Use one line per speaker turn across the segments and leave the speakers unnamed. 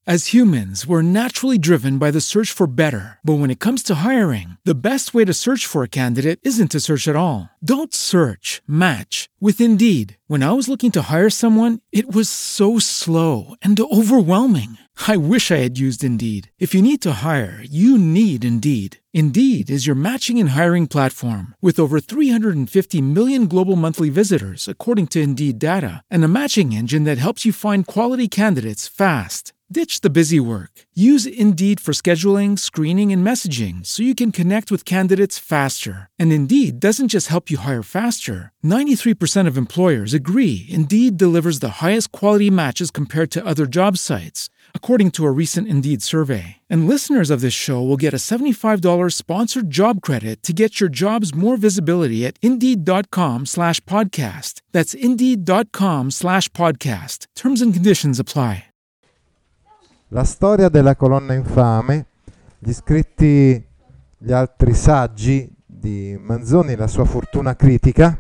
As humans, we're naturally driven by the search for better. But when it comes to hiring, the best way to search for a candidate isn't to search at all. Don't search, match with Indeed. When I was looking to hire someone, it was so slow and overwhelming. I wish I had used Indeed. If you need to hire, you need Indeed. Indeed is your matching and hiring platform with over 350 million global monthly visitors, according to Indeed data, and a matching engine that helps you find quality candidates fast. Ditch the busy work. Use Indeed for scheduling, screening, and messaging so you can connect with candidates faster. And Indeed doesn't just help you hire faster. 93% of employers agree Indeed delivers the highest quality matches compared to other job sites, according to a recent Indeed survey. And listeners of this show will get a $75 sponsored job credit to get your jobs more visibility at Indeed.com/podcast. That's Indeed.com/podcast. Terms and conditions apply.
La storia della colonna infame, gli scritti, gli altri saggi di Manzoni, la sua fortuna critica,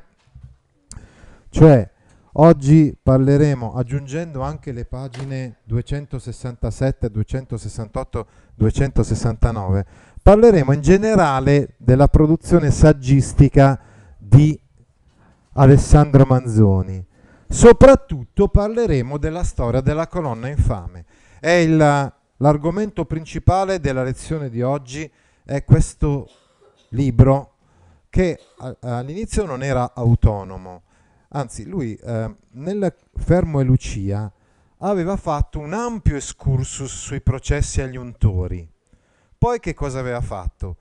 cioè oggi parleremo, aggiungendo anche le pagine 267, 268, 269, parleremo in generale della produzione saggistica di Alessandro Manzoni. Soprattutto parleremo della storia della colonna infame. È l'argomento principale della lezione di oggi, è questo libro che all'inizio non era autonomo. Anzi, lui nel Fermo e Lucia aveva fatto un ampio excursus sui processi agli untori. Poi che cosa aveva fatto?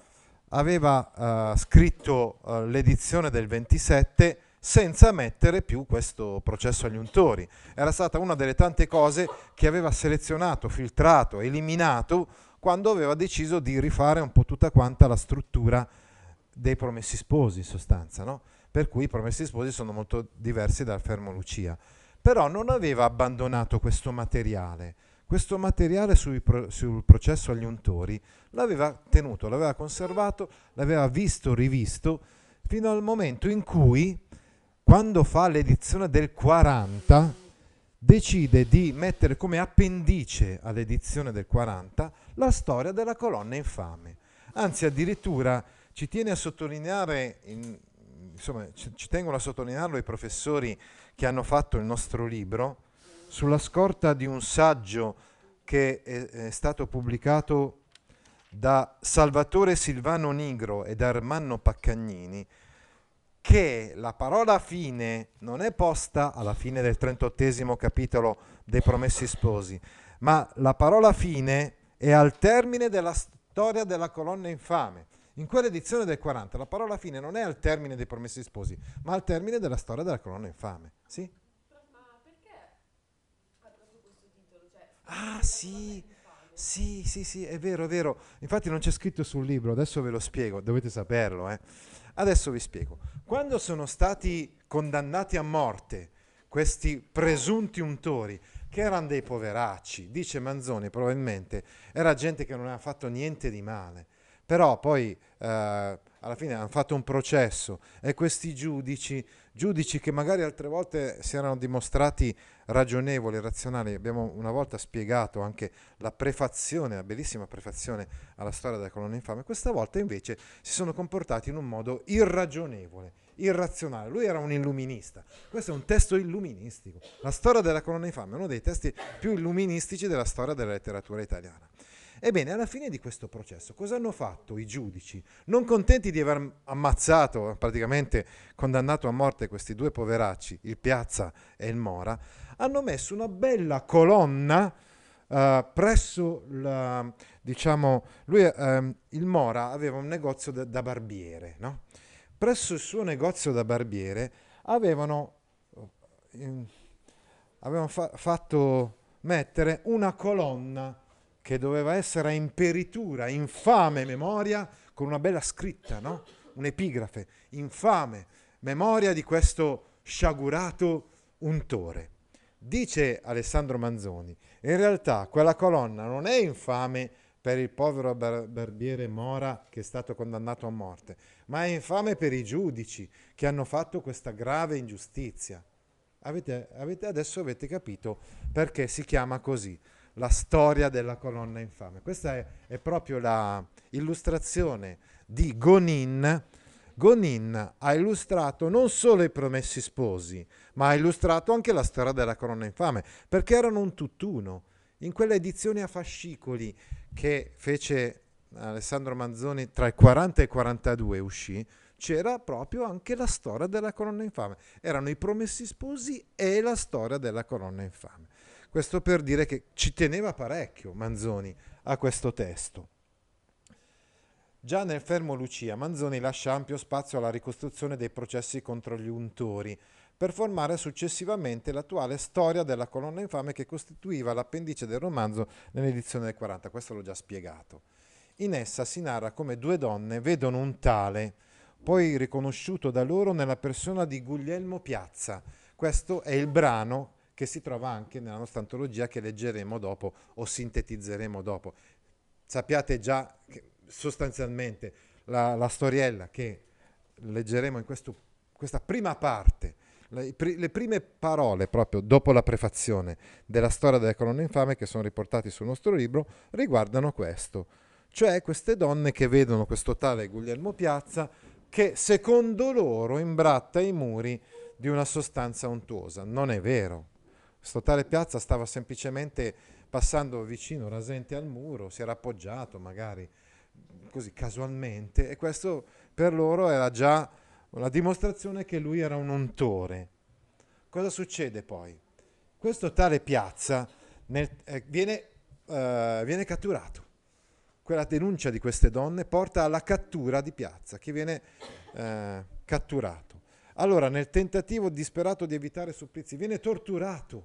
Aveva scritto l'edizione del 27 senza mettere più questo processo agli untori. Era stata una delle tante cose che aveva selezionato, filtrato, eliminato quando aveva deciso di rifare un po' tutta quanta la struttura dei Promessi Sposi, in sostanza, no? Per cui i Promessi Sposi sono molto diversi dal Fermo Lucia. Però non aveva abbandonato questo materiale sul processo agli untori, l'aveva tenuto, l'aveva conservato, l'aveva visto, rivisto, fino al momento in cui, quando fa l'edizione del 40, decide di mettere come appendice all'edizione del 40 la storia della colonna infame. Anzi, addirittura ci tiene a sottolineare, ci tengono a sottolinearlo i professori che hanno fatto il nostro libro, sulla scorta di un saggio che è stato pubblicato da Salvatore Silvano Nigro e da Ermanno Paccagnini, che la parola fine non è posta alla fine del 38esimo capitolo dei Promessi Sposi, ma la parola fine è al termine della storia della colonna infame. In quell'edizione del 40 la parola fine non è al termine dei Promessi Sposi, ma al termine della storia della colonna infame. Sì?
Ma perché ha proprio questo titolo?
Sì, è vero. Infatti non c'è scritto sul libro, adesso ve lo spiego, dovete saperlo. Adesso vi spiego. Quando sono stati condannati a morte questi presunti untori, che erano dei poveracci, dice Manzoni, probabilmente era gente che non aveva fatto niente di male, però poi alla fine hanno fatto un processo e questi giudici che magari altre volte si erano dimostrati ragionevoli, razionali. Abbiamo una volta spiegato anche la bellissima prefazione alla storia della colonna infame. Questa volta invece si sono comportati in un modo irragionevole, irrazionale. Lui era un illuminista. Questo è un testo illuministico. La storia della colonna infame è uno dei testi più illuministici della storia della letteratura italiana. Ebbene, alla fine di questo processo, cosa hanno fatto i giudici? Non contenti di aver ammazzato, praticamente condannato a morte questi due poveracci, il Piazza e il Mora, hanno messo una bella colonna presso il Mora aveva un negozio da barbiere, no? Presso il suo negozio da barbiere avevano fatto mettere una colonna che doveva essere a imperitura, infame memoria, con una bella scritta, no? Un'epigrafe, infame memoria di questo sciagurato untore. Dice Alessandro Manzoni, in realtà quella colonna non è infame per il povero barbiere Mora che è stato condannato a morte, ma è infame per i giudici che hanno fatto questa grave ingiustizia. Adesso avete capito perché si chiama così. la storia della colonna infame. Questa è proprio la illustrazione di Gonin. Gonin ha illustrato non solo i Promessi Sposi, ma ha illustrato anche la storia della colonna infame, perché erano un tutt'uno. In quelle edizioni a fascicoli che fece Alessandro Manzoni tra il 40 e il 42 uscì, c'era proprio anche la storia della colonna infame. Erano i Promessi Sposi e la storia della colonna infame. Questo per dire che ci teneva parecchio Manzoni a questo testo. Già nel Fermo Lucia, Manzoni lascia ampio spazio alla ricostruzione dei processi contro gli untori, per formare successivamente l'attuale storia della colonna infame che costituiva l'appendice del romanzo nell'edizione del 40. Questo l'ho già spiegato. In essa si narra come due donne vedono un tale, poi riconosciuto da loro nella persona di Guglielmo Piazza. Questo è il brano che si trova anche nella nostra antologia che leggeremo dopo o sintetizzeremo dopo. Sappiate già che sostanzialmente la storiella che leggeremo in questa prima parte, le prime parole proprio dopo la prefazione della storia della colonna infame che sono riportati sul nostro libro riguardano questo, cioè queste donne che vedono questo tale Guglielmo Piazza che secondo loro imbratta i muri di una sostanza untuosa. Non è vero. Questo tale Piazza stava semplicemente passando vicino, rasente al muro, si era appoggiato magari così casualmente, e questo per loro era già una dimostrazione che lui era un untore. Cosa succede poi? Questo tale Piazza viene catturato. Quella denuncia di queste donne porta alla cattura di Piazza, che viene catturato. Allora, nel tentativo disperato di evitare supplizi, viene torturato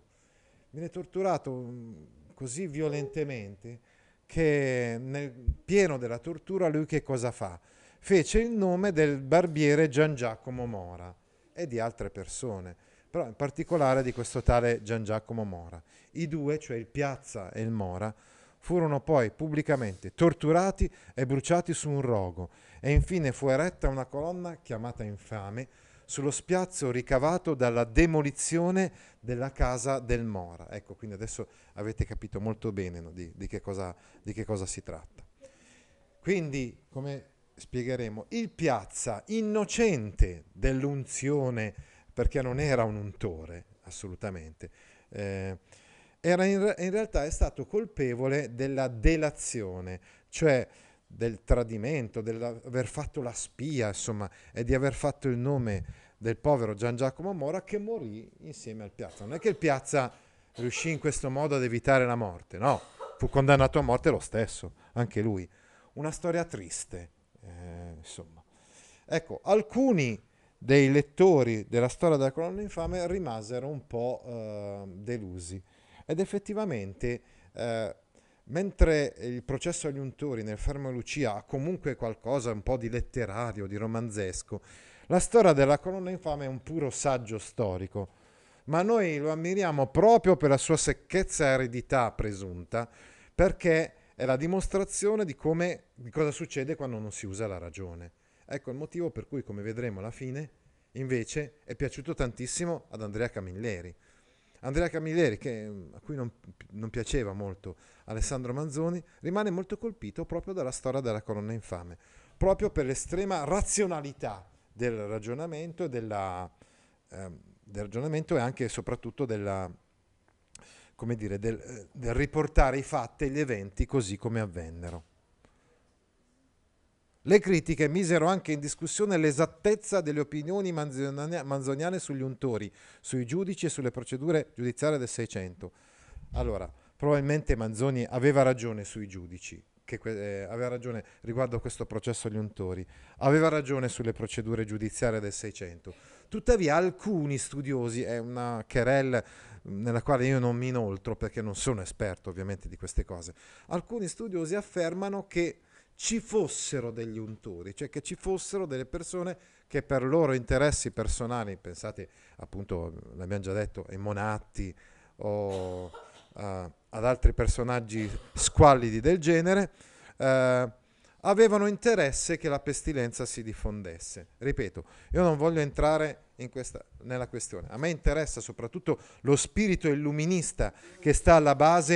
così violentemente che nel pieno della tortura lui che cosa fa? Fece il nome del barbiere Gian Giacomo Mora e di altre persone, però in particolare di questo tale Gian Giacomo Mora. I due, cioè il Piazza e il Mora, furono poi pubblicamente torturati e bruciati su un rogo e infine fu eretta una colonna chiamata Infame sullo spiazzo ricavato dalla demolizione della casa del Mora. Ecco, quindi adesso avete capito molto bene, no, di che cosa si tratta. Quindi, come spiegheremo, il Piazza, innocente dell'unzione, perché non era un untore, assolutamente, era in realtà è stato colpevole della delazione, cioè del tradimento, dell'aver fatto la spia, insomma, e di aver fatto il nome del povero Gian Giacomo Mora, che morì insieme al Piazza. Non è che il Piazza riuscì in questo modo ad evitare la morte, no, fu condannato a morte lo stesso, anche lui. Una storia triste, insomma. Ecco, alcuni dei lettori della storia della colonna infame rimasero un po' delusi, ed effettivamente mentre il processo agli untori nel Fermo Lucia ha comunque qualcosa un po' di letterario, di romanzesco, la storia della colonna infame è un puro saggio storico, ma noi lo ammiriamo proprio per la sua secchezza e aridità presunta, perché è la dimostrazione di cosa succede quando non si usa la ragione. Ecco il motivo per cui, come vedremo alla fine, invece è piaciuto tantissimo ad Andrea Camilleri. Andrea Camilleri, a cui non piaceva molto Alessandro Manzoni, rimane molto colpito proprio dalla storia della colonna infame, proprio per l'estrema razionalità del ragionamento e anche e soprattutto del riportare i fatti e gli eventi così come avvennero. Le critiche misero anche in discussione l'esattezza delle opinioni manzoniane sugli untori, sui giudici e sulle procedure giudiziarie del Seicento. Allora, probabilmente Manzoni aveva ragione sui giudici, aveva ragione riguardo a questo processo agli untori, aveva ragione sulle procedure giudiziarie del Seicento. Tuttavia alcuni studiosi, è una querelle nella quale io non mi inoltro perché non sono esperto ovviamente di queste cose, alcuni studiosi affermano che ci fossero degli untori, cioè che ci fossero delle persone che per loro interessi personali, pensate appunto, l'abbiamo già detto, ai Monatti o ad altri personaggi squallidi del genere, avevano interesse che la pestilenza si diffondesse. Ripeto, io non voglio entrare nella questione, a me interessa soprattutto lo spirito illuminista che sta alla base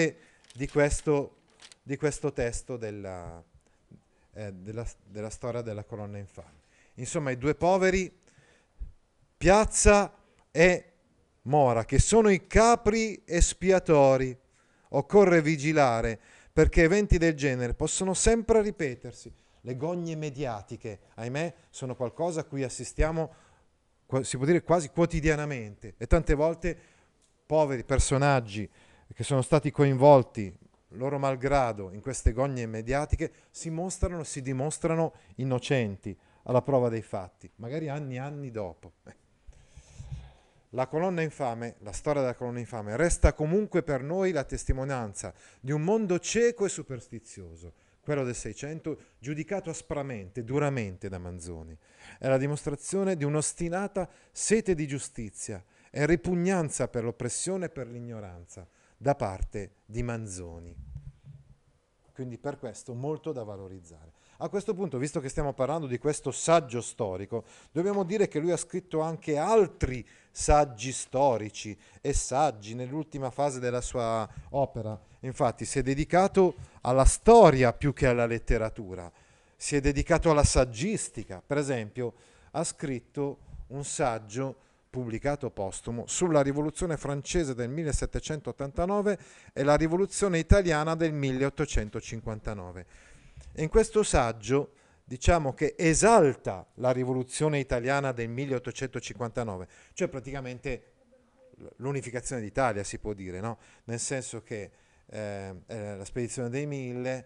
di questo testo della storia della colonna infame. Insomma, i due poveri, Piazza e Mora, che sono i capri espiatori. Occorre vigilare perché eventi del genere possono sempre ripetersi. Le gogne mediatiche, ahimè, sono qualcosa a cui assistiamo, si può dire, quasi quotidianamente, e tante volte poveri personaggi che sono stati coinvolti loro malgrado in queste gogne mediatiche si dimostrano innocenti alla prova dei fatti, magari anni e anni dopo. La colonna infame, la storia della colonna infame, resta comunque per noi la testimonianza di un mondo cieco e superstizioso, quello del Seicento, giudicato aspramente, duramente da Manzoni. È la dimostrazione di un'ostinata sete di giustizia e ripugnanza per l'oppressione e per l'ignoranza da parte di Manzoni. Quindi per questo molto da valorizzare. A questo punto, visto che stiamo parlando di questo saggio storico, dobbiamo dire che lui ha scritto anche altri saggi storici e saggi nell'ultima fase della sua opera. Infatti si è dedicato alla storia più che alla letteratura, si è dedicato alla saggistica. Per esempio, ha scritto un saggio pubblicato postumo sulla rivoluzione francese del 1789 e la rivoluzione italiana del 1859. E in questo saggio diciamo che esalta la rivoluzione italiana del 1859, cioè praticamente l'unificazione d'Italia, si può dire, no? Nel senso che la spedizione dei Mille,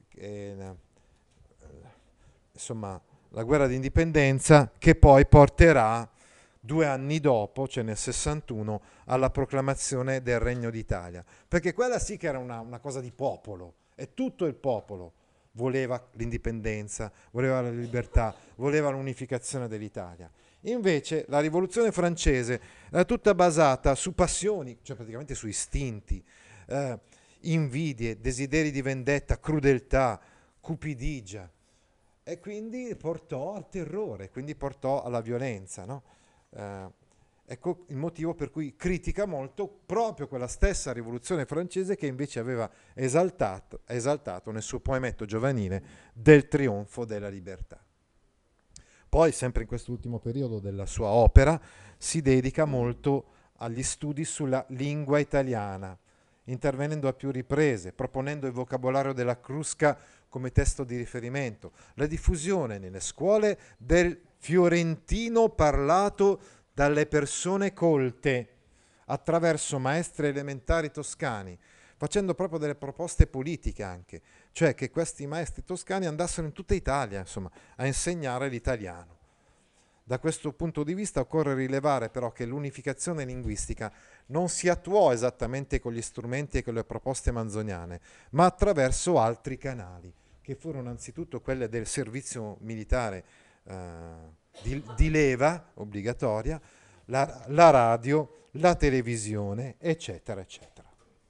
insomma la guerra d'indipendenza, che poi porterà 2 anni dopo, cioè nel 61, alla proclamazione del Regno d'Italia, perché quella sì che era una cosa di popolo, e tutto il popolo voleva l'indipendenza, voleva la libertà, voleva l'unificazione dell'Italia. Invece la rivoluzione francese era tutta basata su passioni, cioè praticamente su istinti, invidie, desideri di vendetta, crudeltà, cupidigia, e quindi portò al terrore, quindi portò alla violenza, no? Ecco il motivo per cui critica molto proprio quella stessa rivoluzione francese che invece aveva esaltato nel suo poemetto giovanile del trionfo della libertà. Poi, sempre in quest'ultimo periodo della sua opera, si dedica molto agli studi sulla lingua italiana, intervenendo a più riprese, proponendo il vocabolario della Crusca come testo di riferimento, la diffusione nelle scuole del fiorentino parlato dalle persone colte attraverso maestri elementari toscani, facendo proprio delle proposte politiche anche, cioè che questi maestri toscani andassero in tutta Italia, insomma, a insegnare l'italiano. Da questo punto di vista occorre rilevare però che l'unificazione linguistica non si attuò esattamente con gli strumenti e con le proposte manzoniane, ma attraverso altri canali, che furono anzitutto quelle del servizio militare di leva obbligatoria, la radio, la televisione, eccetera, eccetera.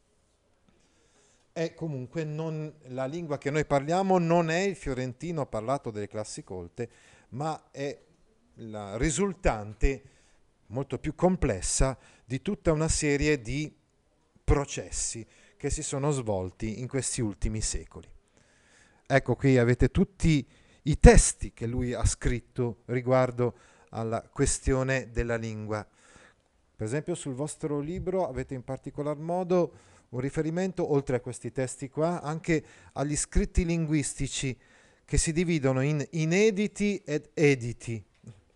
E comunque la lingua che noi parliamo non è il fiorentino parlato dalle classi colte, ma è la risultante molto più complessa di tutta una serie di processi che si sono svolti in questi ultimi secoli. Ecco, qui avete tutti i testi che lui ha scritto riguardo alla questione della lingua. Per esempio sul vostro libro avete in particolar modo un riferimento, oltre a questi testi qua, anche agli scritti linguistici che si dividono in inediti ed editi,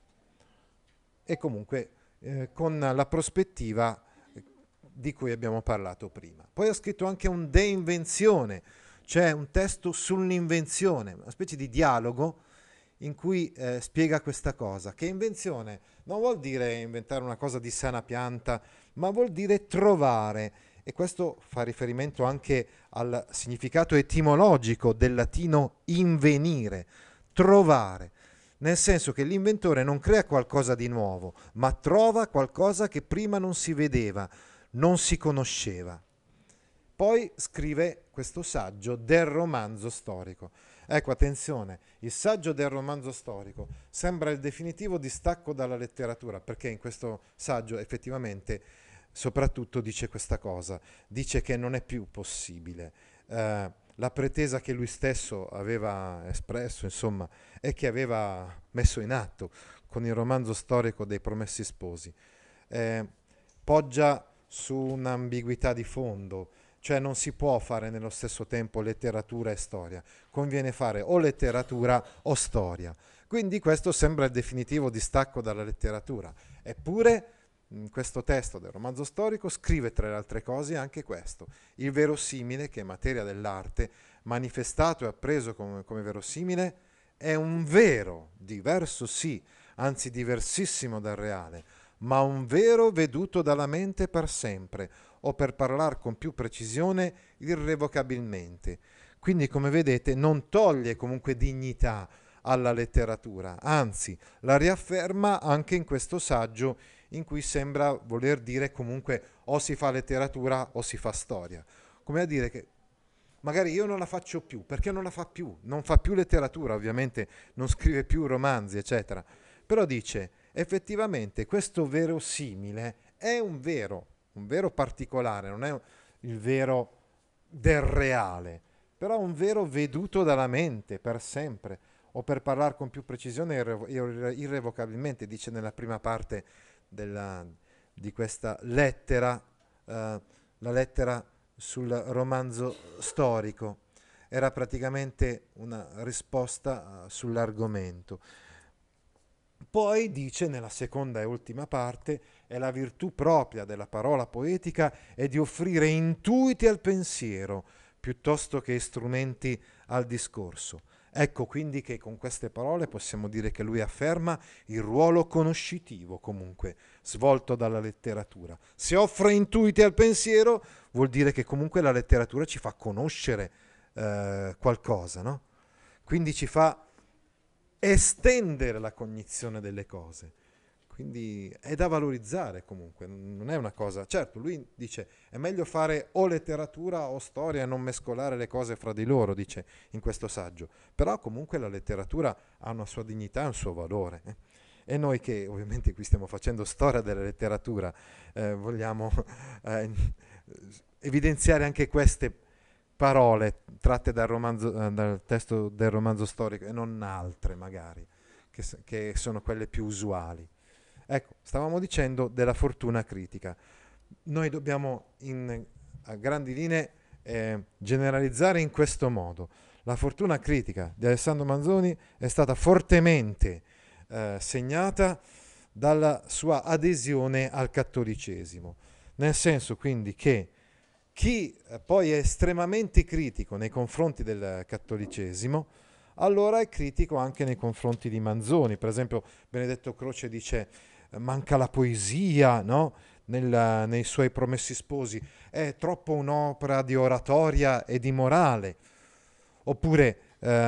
e comunque con la prospettiva di cui abbiamo parlato prima. Poi ha scritto anche un De Invenzione, cioè un testo sull'invenzione, una specie di dialogo in cui spiega questa cosa, che invenzione non vuol dire inventare una cosa di sana pianta, ma vuol dire trovare, e questo fa riferimento anche al significato etimologico del latino invenire, trovare, nel senso che l'inventore non crea qualcosa di nuovo, ma trova qualcosa che prima non si vedeva, non si conosceva. Poi scrive questo saggio del romanzo storico. Ecco, attenzione, il saggio del romanzo storico sembra il definitivo distacco dalla letteratura, perché in questo saggio effettivamente soprattutto dice questa cosa, dice che non è più possibile. La pretesa che lui stesso aveva espresso, insomma, e che aveva messo in atto con il romanzo storico dei Promessi Sposi, poggia su un'ambiguità di fondo, cioè non si può fare nello stesso tempo letteratura e storia, conviene fare o letteratura o storia. Quindi questo sembra il definitivo distacco dalla letteratura, eppure in questo testo del romanzo storico scrive tra le altre cose anche questo, il verosimile, che è materia dell'arte, manifestato e appreso come verosimile, è un vero, diverso sì, anzi diversissimo dal reale, ma un vero veduto dalla mente per sempre, o per parlare con più precisione, irrevocabilmente. Quindi, come vedete, non toglie comunque dignità alla letteratura, anzi la riafferma anche in questo saggio in cui sembra voler dire comunque o si fa letteratura o si fa storia. Come a dire che magari io non la faccio più, perché non la fa più, non fa più letteratura, ovviamente non scrive più romanzi, eccetera. Però dice, effettivamente questo verosimile è un vero particolare, non è il vero del reale, però un vero veduto dalla mente per sempre, o per parlare con più precisione irrevocabilmente, dice nella prima parte di questa lettera, la lettera sul romanzo storico. Era praticamente una risposta sull'argomento. Poi dice nella seconda e ultima parte, è la virtù propria della parola poetica è di offrire intuiti al pensiero piuttosto che strumenti al discorso. Ecco quindi che con queste parole possiamo dire che lui afferma il ruolo conoscitivo comunque svolto dalla letteratura. Se offre intuiti al pensiero vuol dire che comunque la letteratura ci fa conoscere qualcosa, no? Quindi ci fa estendere la cognizione delle cose. Quindi è da valorizzare comunque, non è una cosa... Certo, lui dice è meglio fare o letteratura o storia e non mescolare le cose fra di loro, dice in questo saggio. Però comunque la letteratura ha una sua dignità e un suo valore. E noi che ovviamente qui stiamo facendo storia della letteratura, vogliamo evidenziare anche queste parole tratte dal testo del romanzo storico e non altre magari, che sono quelle più usuali. Ecco, stavamo dicendo della fortuna critica. Noi dobbiamo a grandi linee generalizzare in questo modo. La fortuna critica di Alessandro Manzoni è stata fortemente segnata dalla sua adesione al cattolicesimo, nel senso quindi che chi poi è estremamente critico nei confronti del cattolicesimo, allora è critico anche nei confronti di Manzoni. Per esempio Benedetto Croce dice manca la poesia, no? Nei suoi Promessi Sposi, è troppo un'opera di oratoria e di morale. Oppure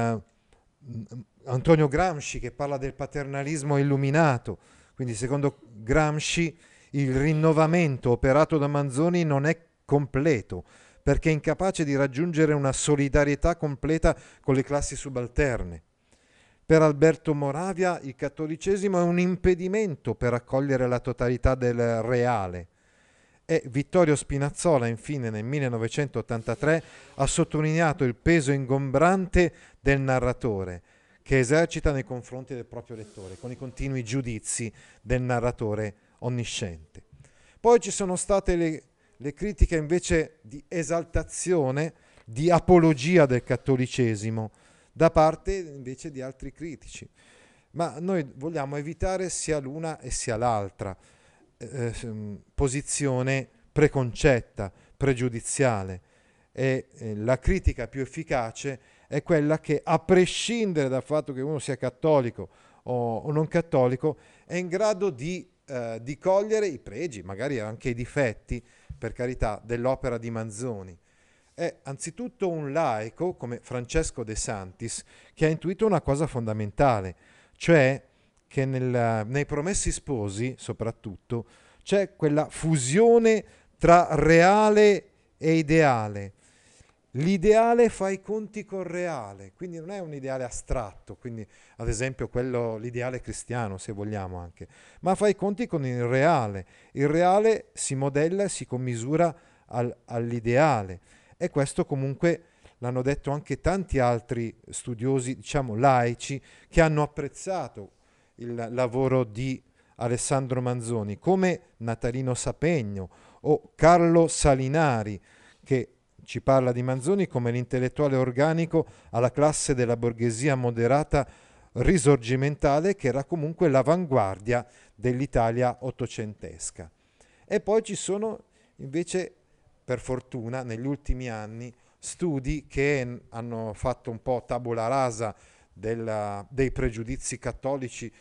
Antonio Gramsci che parla del paternalismo illuminato, quindi secondo Gramsci il rinnovamento operato da Manzoni non è completo, perché è incapace di raggiungere una solidarietà completa con le classi subalterne. Per Alberto Moravia il cattolicesimo è un impedimento per accogliere la totalità del reale. E Vittorio Spinazzola, infine, nel 1983 ha sottolineato il peso ingombrante del narratore, che esercita nei confronti del proprio lettore, con i continui giudizi del narratore onnisciente. Poi ci sono state le critiche invece di esaltazione, di apologia del cattolicesimo, da parte invece di altri critici. Ma noi vogliamo evitare sia l'una e sia l'altra posizione preconcetta, pregiudiziale. E la critica più efficace è quella che, a prescindere dal fatto che uno sia cattolico o non cattolico, è in grado di cogliere i pregi, magari anche i difetti, per carità, dell'opera di Manzoni. È anzitutto un laico come Francesco De Santis che ha intuito una cosa fondamentale, cioè che nei Promessi Sposi soprattutto c'è quella fusione tra reale e ideale. l'ideale fa i conti col reale, quindi non è un ideale astratto, quindi ad esempio l'ideale cristiano, se vogliamo anche, ma fa i conti con il reale. Il reale si modella e si commisura all'ideale, e questo comunque l'hanno detto anche tanti altri studiosi, diciamo laici, che hanno apprezzato il lavoro di Alessandro Manzoni, come Natalino Sapegno o Carlo Salinari, che ci parla di Manzoni come l'intellettuale organico alla classe della borghesia moderata risorgimentale, che era comunque l'avanguardia dell'Italia ottocentesca. E poi ci sono invece, per fortuna, negli ultimi anni studi che hanno fatto un po' tabula rasa dei pregiudizi cattolici,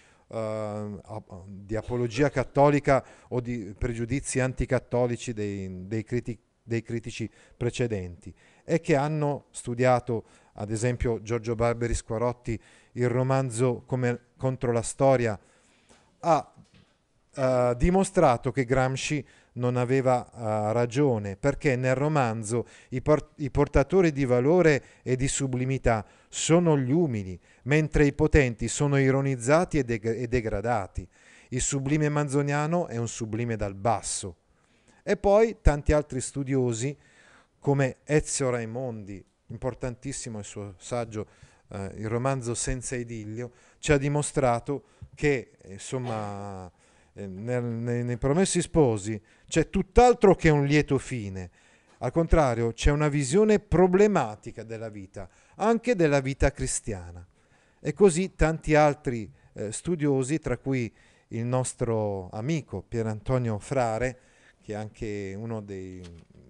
di apologia cattolica o di pregiudizi anticattolici dei critici precedenti, e che hanno studiato, ad esempio Giorgio Barberi Squarotti, il romanzo Come contro la storia, ha dimostrato che Gramsci non aveva ragione, perché nel romanzo i portatori di valore e di sublimità sono gli umili, mentre i potenti sono ironizzati e degradati. Il sublime manzoniano è un sublime dal basso. E poi tanti altri studiosi, come Ezio Raimondi, importantissimo il suo saggio, il romanzo Senza idillio, ci ha dimostrato che, insomma, nei Promessi Sposi c'è tutt'altro che un lieto fine. Al contrario, c'è una visione problematica della vita, anche della vita cristiana. E così tanti altri studiosi, tra cui il nostro amico Pier Antonio Frare, che è anche uno dei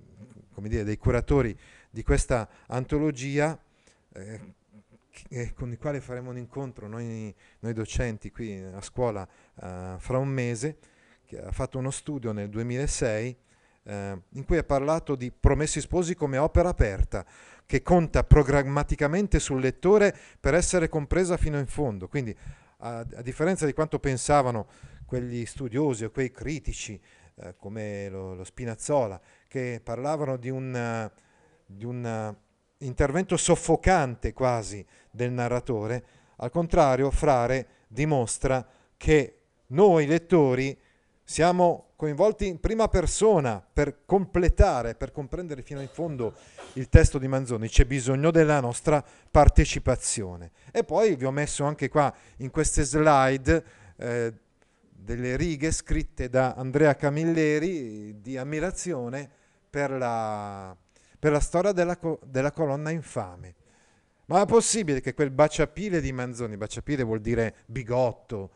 curatori di questa antologia, con il quale faremo un incontro noi docenti qui a scuola fra un mese, che ha fatto uno studio nel 2006 in cui ha parlato di Promessi Sposi come opera aperta, che conta programmaticamente sul lettore per essere compresa fino in fondo. Quindi a differenza di quanto pensavano quegli studiosi o quei critici come lo Spinazzola, che parlavano di un intervento soffocante quasi del narratore, al contrario Frare dimostra che noi lettori siamo coinvolti in prima persona per completare, per comprendere fino in fondo il testo di Manzoni. C'è bisogno della nostra partecipazione. E poi vi ho messo anche qua in queste slide delle righe scritte da Andrea Camilleri di ammirazione per la storia della colonna infame. Ma è possibile che quel baciapile di Manzoni, baciapile vuol dire bigotto,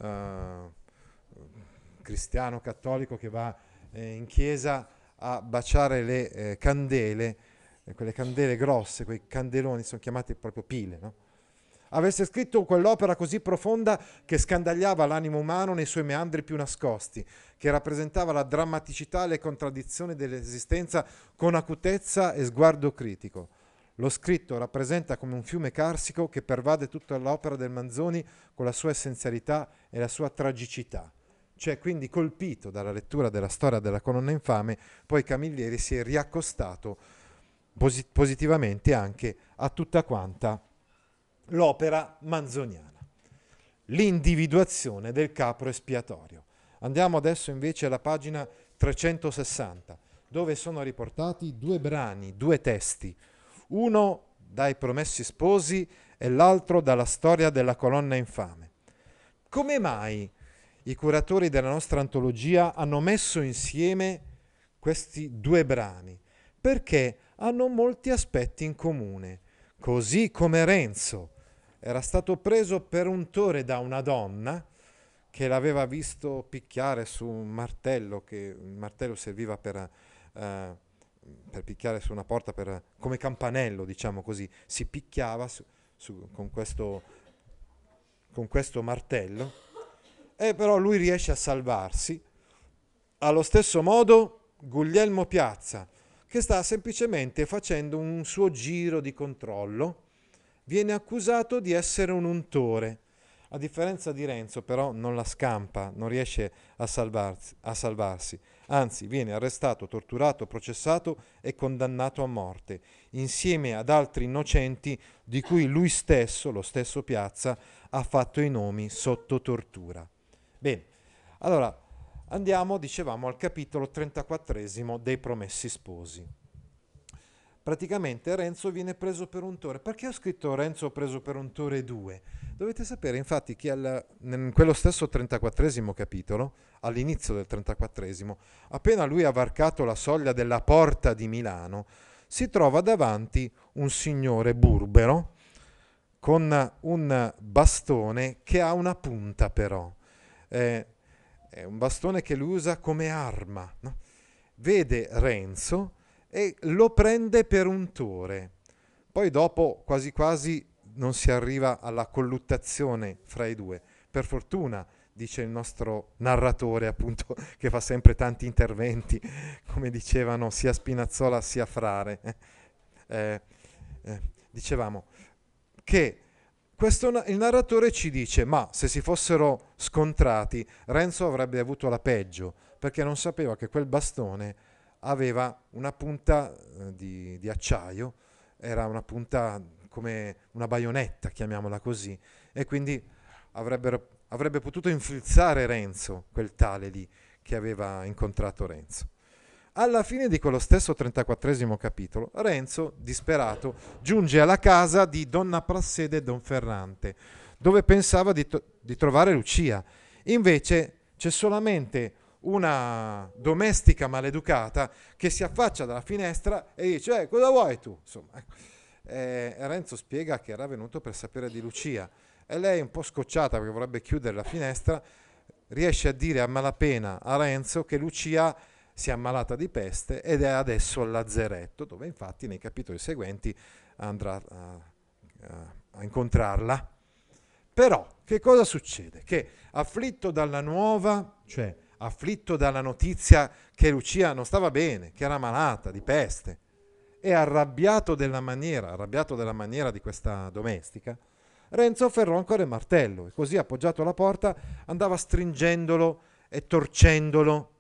cristiano cattolico che va in chiesa a baciare le candele, quelle candele grosse, quei candeloni sono chiamati proprio pile, no? Avesse scritto quell'opera così profonda che scandagliava l'animo umano nei suoi meandri più nascosti, che rappresentava la drammaticità e le contraddizioni dell'esistenza con acutezza e sguardo critico. Lo scritto rappresenta come un fiume carsico che pervade tutta l'opera del Manzoni con la sua essenzialità e la sua tragicità. Cioè, quindi, colpito dalla lettura della storia della colonna infame, poi Camilleri si è riaccostato positivamente anche a tutta quanta l'opera manzoniana. L'individuazione del capro espiatorio. Andiamo adesso invece alla pagina 360, dove sono riportati due brani, due testi, uno dai Promessi Sposi e l'altro dalla storia della colonna infame. Come mai i curatori della nostra antologia hanno messo insieme questi due brani? Perché hanno molti aspetti in comune. Così come Renzo era stato preso per untore da una donna che l'aveva visto picchiare su un martello, che il martello serviva per picchiare su una porta, come campanello, diciamo così, si picchiava con questo martello, e però lui riesce a salvarsi. Allo stesso modo Guglielmo Piazza, che sta semplicemente facendo un suo giro di controllo, viene accusato di essere un untore. A differenza di Renzo, però, non la scampa, non riesce a salvarsi. anzi viene arrestato, torturato, processato e condannato a morte, insieme ad altri innocenti di cui lui stesso, lo stesso Piazza, ha fatto i nomi sotto tortura. Bene, allora andiamo, dicevamo, al capitolo 34 dei Promessi Sposi. Praticamente Renzo viene preso per untore. Perché ho scritto Renzo preso per untore 2? Dovete sapere infatti che in quello stesso 34 capitolo, all'inizio del 34, appena lui ha varcato la soglia della porta di Milano, si trova davanti un signore burbero con un bastone che ha una punta però. È un bastone che lui usa come arma, no? Vede Renzo e lo prende per untore. Poi dopo quasi quasi non si arriva alla colluttazione fra i due. Per fortuna, dice il nostro narratore, appunto, che fa sempre tanti interventi, come dicevano sia Spinazzola sia Frare. Dicevamo che il narratore ci dice: ma se si fossero scontrati, Renzo avrebbe avuto la peggio, perché non sapeva che quel bastone aveva una punta di acciaio, era una punta come una baionetta, chiamiamola così, e quindi avrebbe potuto infilzare Renzo, quel tale lì che aveva incontrato Renzo. Alla fine di quello stesso 34 capitolo, Renzo, disperato, giunge alla casa di Donna Prassede e Don Ferrante, dove pensava di trovare Lucia. Invece c'è solamente una domestica maleducata che si affaccia dalla finestra e dice: cosa vuoi tu? Insomma, ecco. Renzo spiega che era venuto per sapere di Lucia e lei, un po' scocciata perché vorrebbe chiudere la finestra, riesce a dire a malapena a Renzo che Lucia si è ammalata di peste ed è adesso al lazzeretto, dove infatti nei capitoli seguenti andrà a incontrarla. Però che cosa succede? Che afflitto dalla afflitto dalla notizia che Lucia non stava bene, che era malata di peste, e arrabbiato della maniera di questa domestica, Renzo afferrò ancora il martello e così, appoggiato alla porta, andava stringendolo e torcendolo.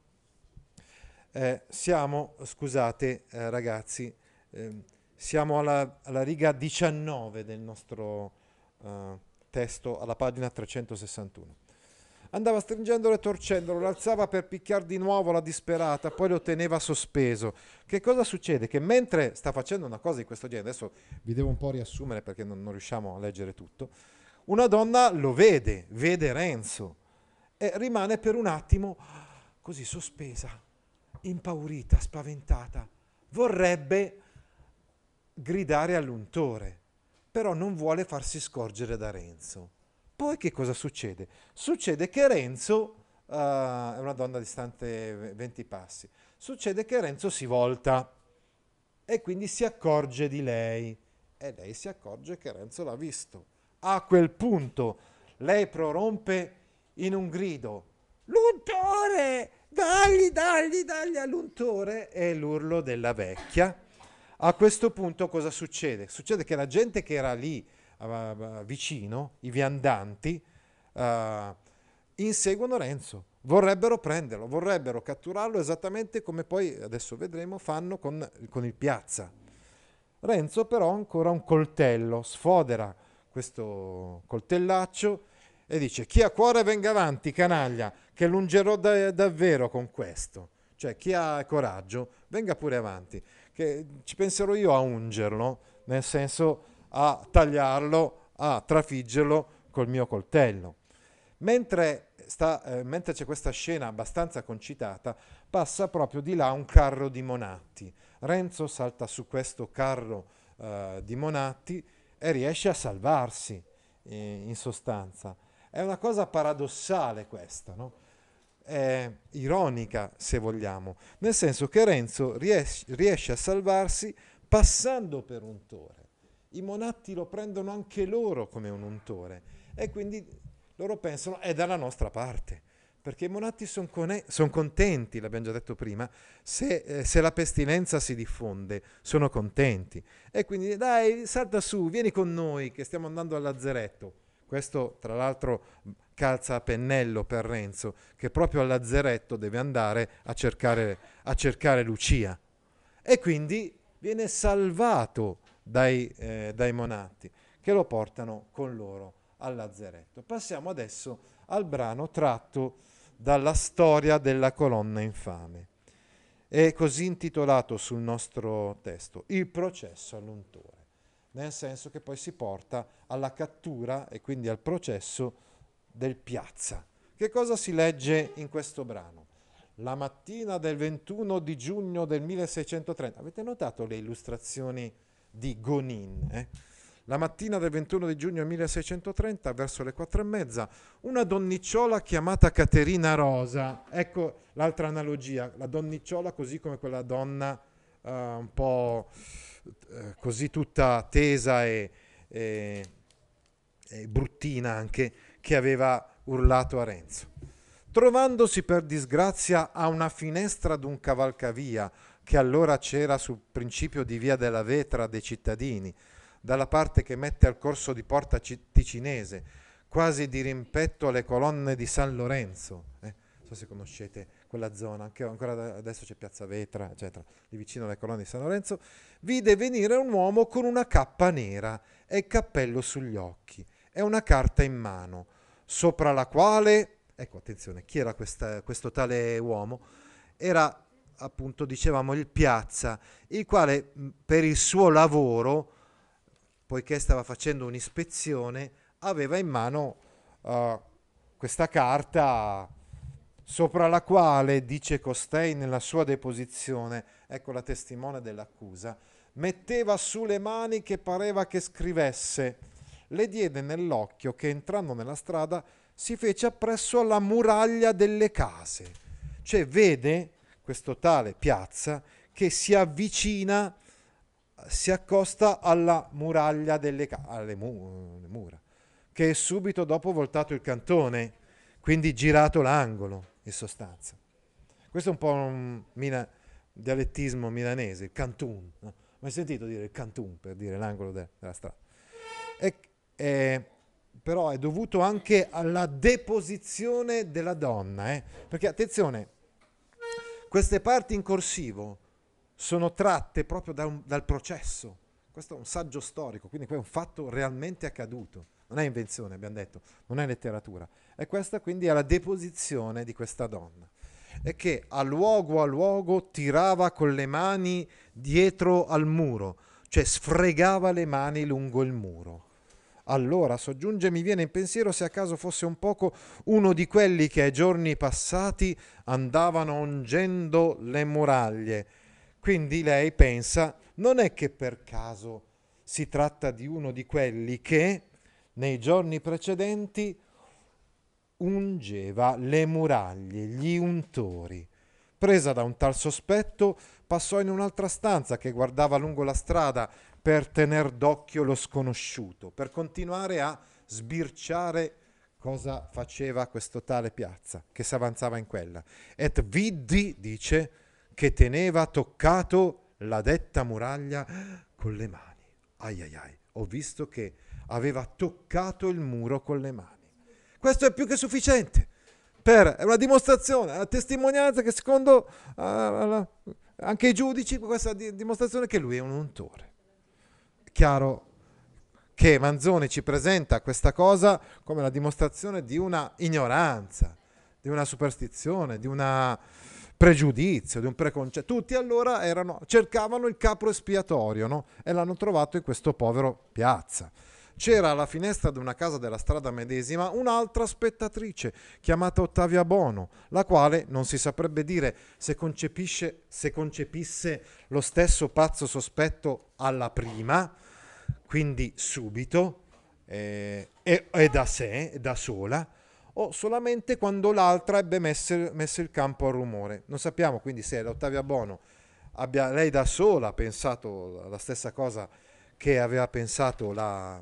Ragazzi, siamo alla riga 19 del nostro testo, alla pagina 361. Andava stringendolo e torcendolo, lo alzava per picchiar di nuovo la disperata, poi lo teneva sospeso. Che cosa succede? Che mentre sta facendo una cosa di questo genere, adesso vi devo un po' riassumere perché non riusciamo a leggere tutto, una donna lo vede Renzo e rimane per un attimo così sospesa, impaurita, spaventata. Vorrebbe gridare all'untore, però non vuole farsi scorgere da Renzo. Poi che cosa succede? Succede che Renzo, è una donna distante 20 passi, succede che Renzo si volta e quindi si accorge di lei e lei si accorge che Renzo l'ha visto. A quel punto lei prorompe in un grido: l'untore! Dagli all'untore! È l'urlo della vecchia. A questo punto cosa succede? Succede che la gente che era lì vicino, i viandanti, inseguono Renzo, vorrebbero prenderlo, vorrebbero catturarlo esattamente come poi, adesso vedremo, fanno con il Piazza. Renzo però ha ancora un coltello, sfodera questo coltellaccio e dice: chi ha cuore venga avanti, canaglia, che lungerò davvero con questo. Cioè, chi ha coraggio venga pure avanti, che ci penserò io a ungerlo, nel senso a tagliarlo, a trafiggerlo col mio coltello. Mentre c'è questa scena abbastanza concitata, passa proprio di là un carro di Monatti. Renzo salta su questo carro di Monatti e riesce a salvarsi, in sostanza. È una cosa paradossale questa, no? È ironica, se vogliamo, nel senso che Renzo riesce a salvarsi passando per untore. I Monatti lo prendono anche loro come un untore e quindi loro pensano è dalla nostra parte, perché i Monatti sono contenti, l'abbiamo già detto prima, se la pestilenza si diffonde, sono contenti e quindi dai, salta su, vieni con noi che stiamo andando al lazzeretto. Questo tra l'altro calza a pennello per Renzo, che proprio al lazzeretto deve andare a cercare Lucia. E quindi viene salvato dai monatti, che lo portano con loro al lazzeretto. Passiamo adesso al brano tratto dalla storia della colonna infame. È così intitolato sul nostro testo, Il processo all'untore, nel senso che poi si porta alla cattura e quindi al processo del Piazza. Che cosa si legge in questo brano? La mattina del 21 di giugno del 1630. Avete notato le illustrazioni di Gonin? La mattina del 21 di giugno 1630, verso le 4:30, una donnicciola chiamata Caterina Rosa. Ecco l'altra analogia, la donnicciola così come quella donna un po' così tutta tesa e bruttina anche, che aveva urlato a Renzo. Trovandosi per disgrazia a una finestra d'un cavalcavia, che allora c'era sul principio di via della Vetra dei cittadini, dalla parte che mette al corso di Porta Ticinese, quasi di rimpetto alle colonne di San Lorenzo. Non so se conoscete quella zona, anche ancora adesso c'è Piazza Vetra, eccetera, lì vicino alle colonne di San Lorenzo, vide venire un uomo con una cappa nera e il cappello sugli occhi e una carta in mano, sopra la quale, ecco attenzione, chi era questo tale uomo? Era appunto, dicevamo, il Piazza, il quale per il suo lavoro, poiché stava facendo un'ispezione, aveva in mano questa carta sopra la quale, dice costei nella sua deposizione, ecco la testimone dell'accusa, metteva su le mani che pareva che scrivesse. Le diede nell'occhio che entrando nella strada si fece appresso alla muraglia delle case. Cioè vede questo tale Piazza che si avvicina, si accosta alla muraglia delle case, alle mura, che è subito dopo voltato il cantone, quindi girato l'angolo, in sostanza. Questo è un po' un dialettismo milanese, il cantun. No? Mai sentito dire il cantun per dire l'angolo della strada? Però è dovuto anche alla deposizione della donna, perché attenzione, queste parti in corsivo sono tratte proprio dal processo. Questo è un saggio storico, quindi è un fatto realmente accaduto. Non è invenzione, abbiamo detto, non è letteratura. E questa quindi è la deposizione di questa donna. E che a luogo tirava con le mani dietro al muro, cioè sfregava le mani lungo il muro. Allora, soggiunge, mi viene in pensiero se a caso fosse un poco uno di quelli che ai giorni passati andavano ungendo le muraglie. Quindi lei pensa, non è che per caso si tratta di uno di quelli che nei giorni precedenti ungeva le muraglie, gli untori. Presa da un tal sospetto, passò in un'altra stanza che guardava lungo la strada per tener d'occhio lo sconosciuto, per continuare a sbirciare cosa faceva questo tale Piazza, che si avanzava in quella. Et viddi, dice, che teneva toccato la detta muraglia con le mani. Ai ai ai, ho visto che aveva toccato il muro con le mani. Questo è più che sufficiente. È una dimostrazione, una testimonianza che secondo anche i giudici, questa dimostrazione che lui è un untore. Chiaro che Manzoni ci presenta questa cosa come la dimostrazione di una ignoranza, di una superstizione, di un pregiudizio, di un preconcetto. Tutti allora cercavano il capro espiatorio, no? E l'hanno trovato in questo povero Piazza. C'era alla finestra di una casa della strada medesima un'altra spettatrice chiamata Ottavia Bono, la quale non si saprebbe dire se concepisse lo stesso pazzo sospetto alla prima, quindi subito, e da sé, da sola, o solamente quando l'altra ebbe messo il campo al rumore. Non sappiamo quindi se Ottavia Bono abbia lei da sola pensato la stessa cosa che aveva pensato la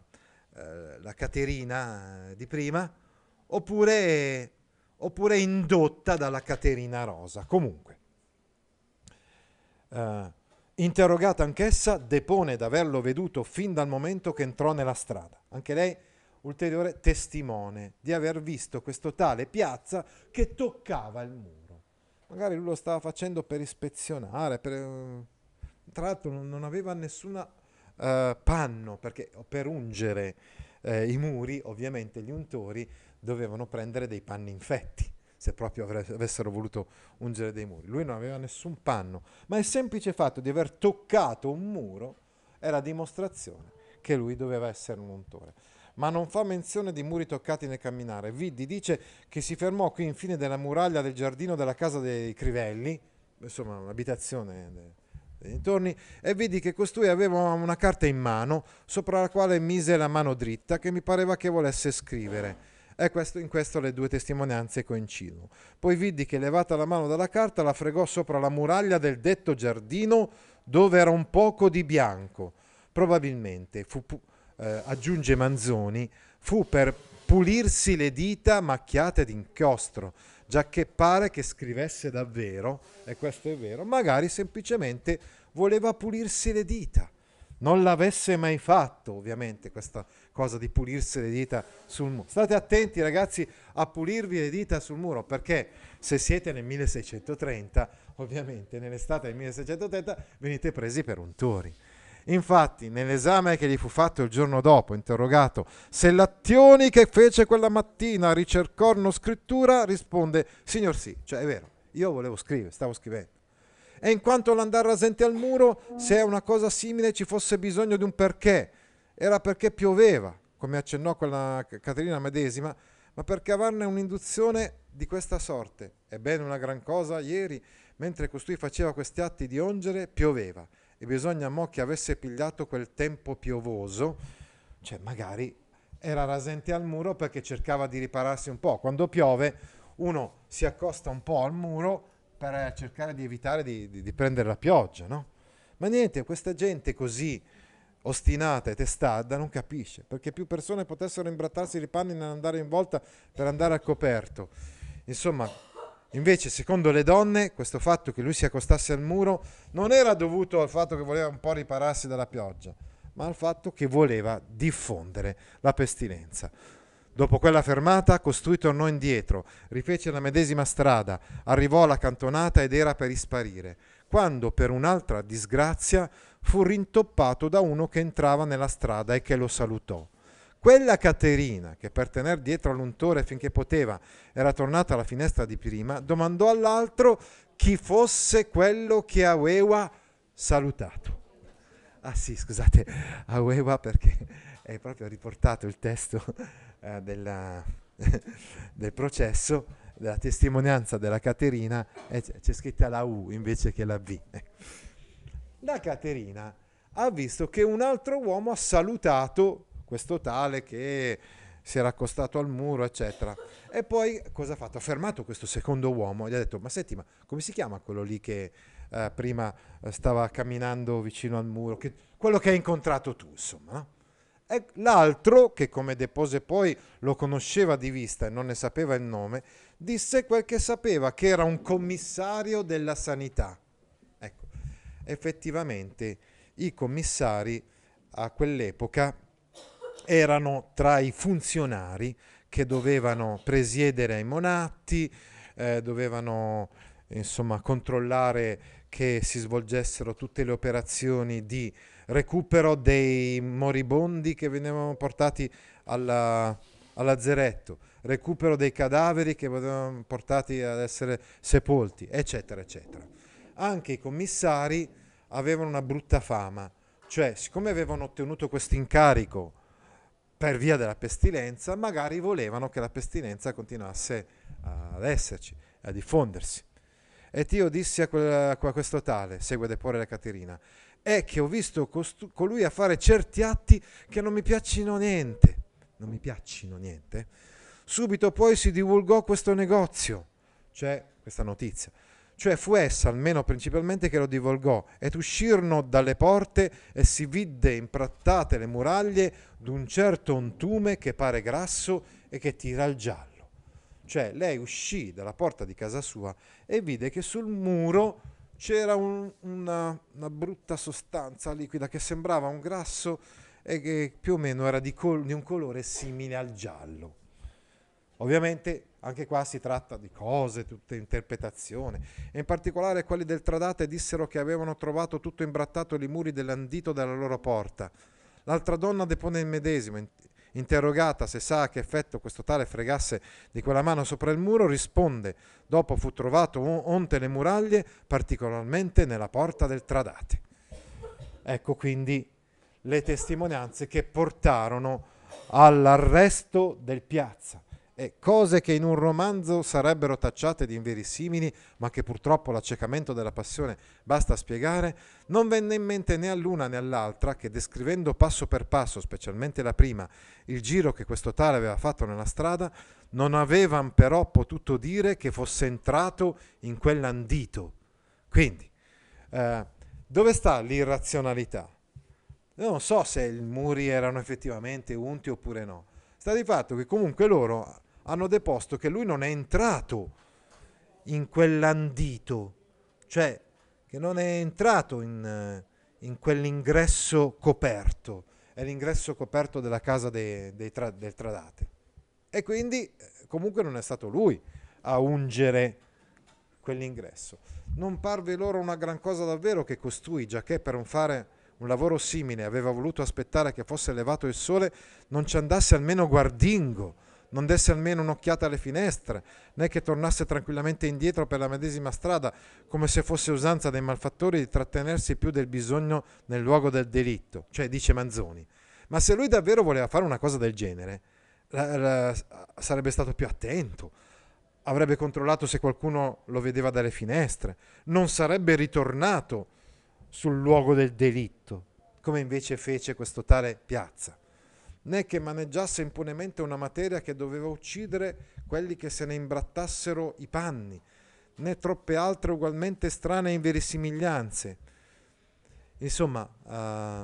Caterina di prima, oppure indotta dalla Caterina Rosa. Comunque, interrogata anch'essa, depone d'averlo veduto fin dal momento che entrò nella strada. Anche lei ulteriore testimone di aver visto questo tale Piazza che toccava il muro. Magari lui lo stava facendo per ispezionare, tra l'altro non aveva nessuna panno, perché per ungere i muri, ovviamente gli untori dovevano prendere dei panni infetti, se proprio avessero voluto ungere dei muri. Lui non aveva nessun panno, ma il semplice fatto di aver toccato un muro era dimostrazione che lui doveva essere un untore. Ma non fa menzione di muri toccati nel camminare. Viddi dice che si fermò qui infine della muraglia del giardino della casa dei Crivelli, insomma un'abitazione dei dintorni, e vidi che costui aveva una carta in mano sopra la quale mise la mano dritta, che mi pareva che volesse scrivere. E in questo le due testimonianze coincidono. Poi vidi che, levata la mano dalla carta, la fregò sopra la muraglia del detto giardino, dove era un poco di bianco. Probabilmente aggiunge Manzoni, fu per pulirsi le dita macchiate d'inchiostro, giacché pare che scrivesse davvero, e questo è vero, magari semplicemente voleva pulirsi le dita. Non l'avesse mai fatto, ovviamente, questa cosa di pulirsi le dita sul muro. State attenti, ragazzi, a pulirvi le dita sul muro, perché se siete nel 1630, ovviamente nell'estate del 1630 venite presi per untori. Infatti, nell'esame che gli fu fatto il giorno dopo, interrogato se l'azioni che fece quella mattina ricercòno scrittura, risponde: signor sì, cioè è vero, io volevo scrivere, stavo scrivendo. E in quanto all'andare rasente al muro, se è una cosa simile ci fosse bisogno di un perché, era perché pioveva, come accennò quella Caterina medesima, ma perché avarne un'induzione di questa sorte. Ebbene, una gran cosa, ieri, mentre costui faceva questi atti di ongere, pioveva, e bisogna mo' che avesse pigliato quel tempo piovoso, cioè magari era rasente al muro perché cercava di ripararsi un po'. Quando piove uno si accosta un po' al muro per cercare di evitare di prendere la pioggia, no? Ma niente, questa gente così ostinata e testarda non capisce, perché più persone potessero imbrattarsi i panni nell'andare in volta per andare al coperto. Insomma, invece, secondo le donne, questo fatto che lui si accostasse al muro non era dovuto al fatto che voleva un po' ripararsi dalla pioggia, ma al fatto che voleva diffondere la pestilenza. Dopo quella fermata, costui tornò indietro, rifece la medesima strada, arrivò alla cantonata ed era per isparire, quando per un'altra disgrazia fu rintoppato da uno che entrava nella strada e che lo salutò. Quella Caterina, che per tener dietro all'untore finché poteva era tornata alla finestra di prima, domandò all'altro chi fosse quello che aveva salutato. Ah sì, scusate, aveva, perché è proprio riportato il testo del processo, della testimonianza della Caterina, e c'è scritta la U invece che la V. La Caterina ha visto che un altro uomo ha salutato questo tale che si era accostato al muro, eccetera. E poi cosa ha fatto? Ha fermato questo secondo uomo e gli ha detto: ma senti, ma come si chiama quello lì che prima stava camminando vicino al muro, quello che hai incontrato tu, insomma, no? E l'altro, che come depose poi lo conosceva di vista e non ne sapeva il nome, disse quel che sapeva, che era un commissario della sanità. Ecco, effettivamente i commissari a quell'epoca erano tra i funzionari che dovevano presiedere ai monatti, dovevano insomma controllare che si svolgessero tutte le operazioni di recupero dei moribondi che venivano portati al lazzeretto, recupero dei cadaveri che venivano portati ad essere sepolti, eccetera, eccetera. Anche i commissari avevano una brutta fama, cioè siccome avevano ottenuto questo incarico per via della pestilenza, magari volevano che la pestilenza continuasse ad esserci, a diffondersi. E Dio disse a questo tale, segue deporre la Caterina, è che ho visto colui a fare certi atti che non mi piacciono niente. Non mi piacciono niente. Subito poi si divulgò questo negozio, cioè questa notizia. Cioè fu essa, almeno principalmente, che lo divulgò, ed uscirono dalle porte e si vidde imprattate le muraglie d'un certo ontume che pare grasso e che tira il giallo. Cioè lei uscì dalla porta di casa sua e vide che sul muro c'era una brutta sostanza liquida che sembrava un grasso e che più o meno era di un colore simile al giallo. Ovviamente anche qua si tratta di cose, tutte interpretazioni, e in particolare quelli del Tradate dissero che avevano trovato tutto imbrattato i muri dell'andito della loro porta. L'altra donna depone il medesimo, interrogata se sa a che effetto questo tale fregasse di quella mano sopra il muro, risponde: dopo fu trovato onte le muraglie, particolarmente nella porta del Tradate. Ecco quindi le testimonianze che portarono all'arresto del Piazza. Cose che in un romanzo sarebbero tacciate di inverosimili, ma che purtroppo l'accecamento della passione basta a spiegare, non venne in mente né all'una né all'altra che, descrivendo passo per passo, specialmente la prima, il giro che questo tale aveva fatto nella strada, non avevan però potuto dire che fosse entrato in quell'andito. Quindi, dove sta l'irrazionalità? Non so se i muri erano effettivamente unti oppure no. Sta di fatto che comunque loro hanno deposto che lui non è entrato in quell'andito, cioè che non è entrato in quell'ingresso coperto, è l'ingresso coperto della casa del Tradate. E quindi comunque non è stato lui a ungere quell'ingresso. Non parve loro una gran cosa davvero che costui, giacché per fare un lavoro simile aveva voluto aspettare che fosse levato il sole, non ci andasse almeno guardingo, non desse almeno un'occhiata alle finestre, né che tornasse tranquillamente indietro per la medesima strada, come se fosse usanza dei malfattori di trattenersi più del bisogno nel luogo del delitto, cioè dice Manzoni. Ma se lui davvero voleva fare una cosa del genere, sarebbe stato più attento, avrebbe controllato se qualcuno lo vedeva dalle finestre, non sarebbe ritornato sul luogo del delitto, come invece fece questo tale Piazza, né che maneggiasse impunemente una materia che doveva uccidere quelli che se ne imbrattassero i panni, né troppe altre ugualmente strane inverosimiglianze. Insomma,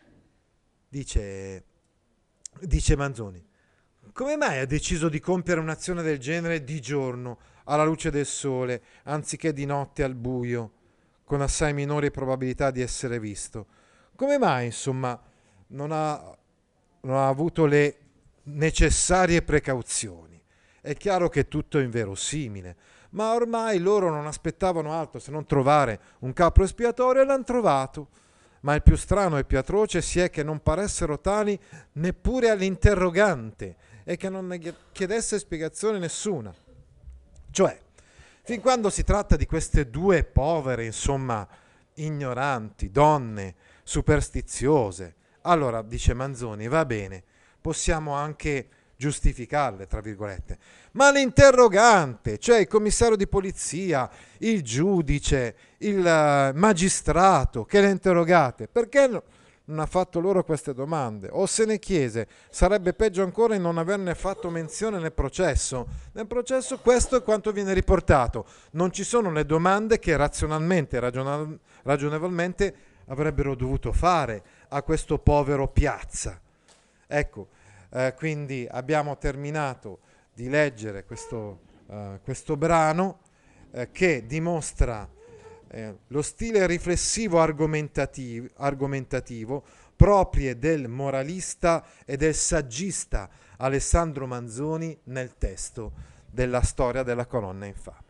dice Manzoni, come mai ha deciso di compiere un'azione del genere di giorno, alla luce del sole, anziché di notte al buio, con assai minori probabilità di essere visto? Come mai, insomma, non ha avuto le necessarie precauzioni? È chiaro che tutto è inverosimile, ma ormai loro non aspettavano altro se non trovare un capro espiatorio e l'hanno trovato. Ma il più strano e più atroce si è che non paressero tali neppure all'interrogante e che non ne chiedesse spiegazione nessuna. Cioè, fin quando si tratta di queste due povere, insomma, ignoranti, donne superstiziose, allora, dice Manzoni, va bene, possiamo anche giustificarle, tra virgolette. Ma l'interrogante, cioè il commissario di polizia, il giudice, il magistrato che le interrogate, perché non ha fatto loro queste domande? O se ne chiese, sarebbe peggio ancora in non averne fatto menzione nel processo. Nel processo questo è quanto viene riportato. Non ci sono le domande che razionalmente e ragionevolmente avrebbero dovuto fare a questo povero Piazza. Ecco, quindi abbiamo terminato di leggere questo brano che dimostra lo stile riflessivo argomentativo proprie del moralista e del saggista Alessandro Manzoni nel testo della storia della colonna infame.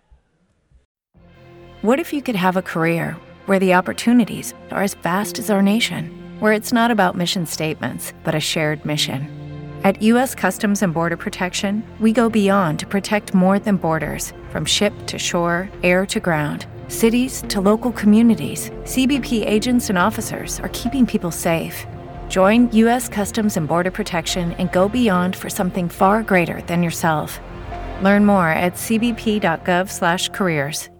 What if you could have a career where the opportunities are as vast as our nation, where it's not about mission statements, but a shared mission? At U.S. Customs and Border Protection, we go beyond to protect more than borders. From ship to shore, air to ground, cities to local communities, CBP agents and officers are keeping people safe. Join U.S. Customs and Border Protection and go beyond for something far greater than yourself. Learn more at cbp.gov/careers.